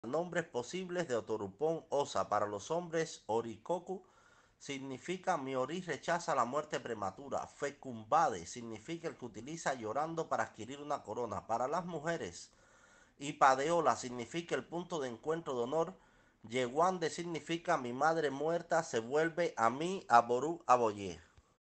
nombres posibles de Otorupón Osa. Para los hombres, Orikoku significa Miori rechaza la muerte prematura. Fekumbade significa el que utiliza llorando para adquirir una corona. Para las mujeres, Ipadeola significa el punto de encuentro de honor. Yewande significa mi madre muerta se vuelve a mí, Aboru Aboye.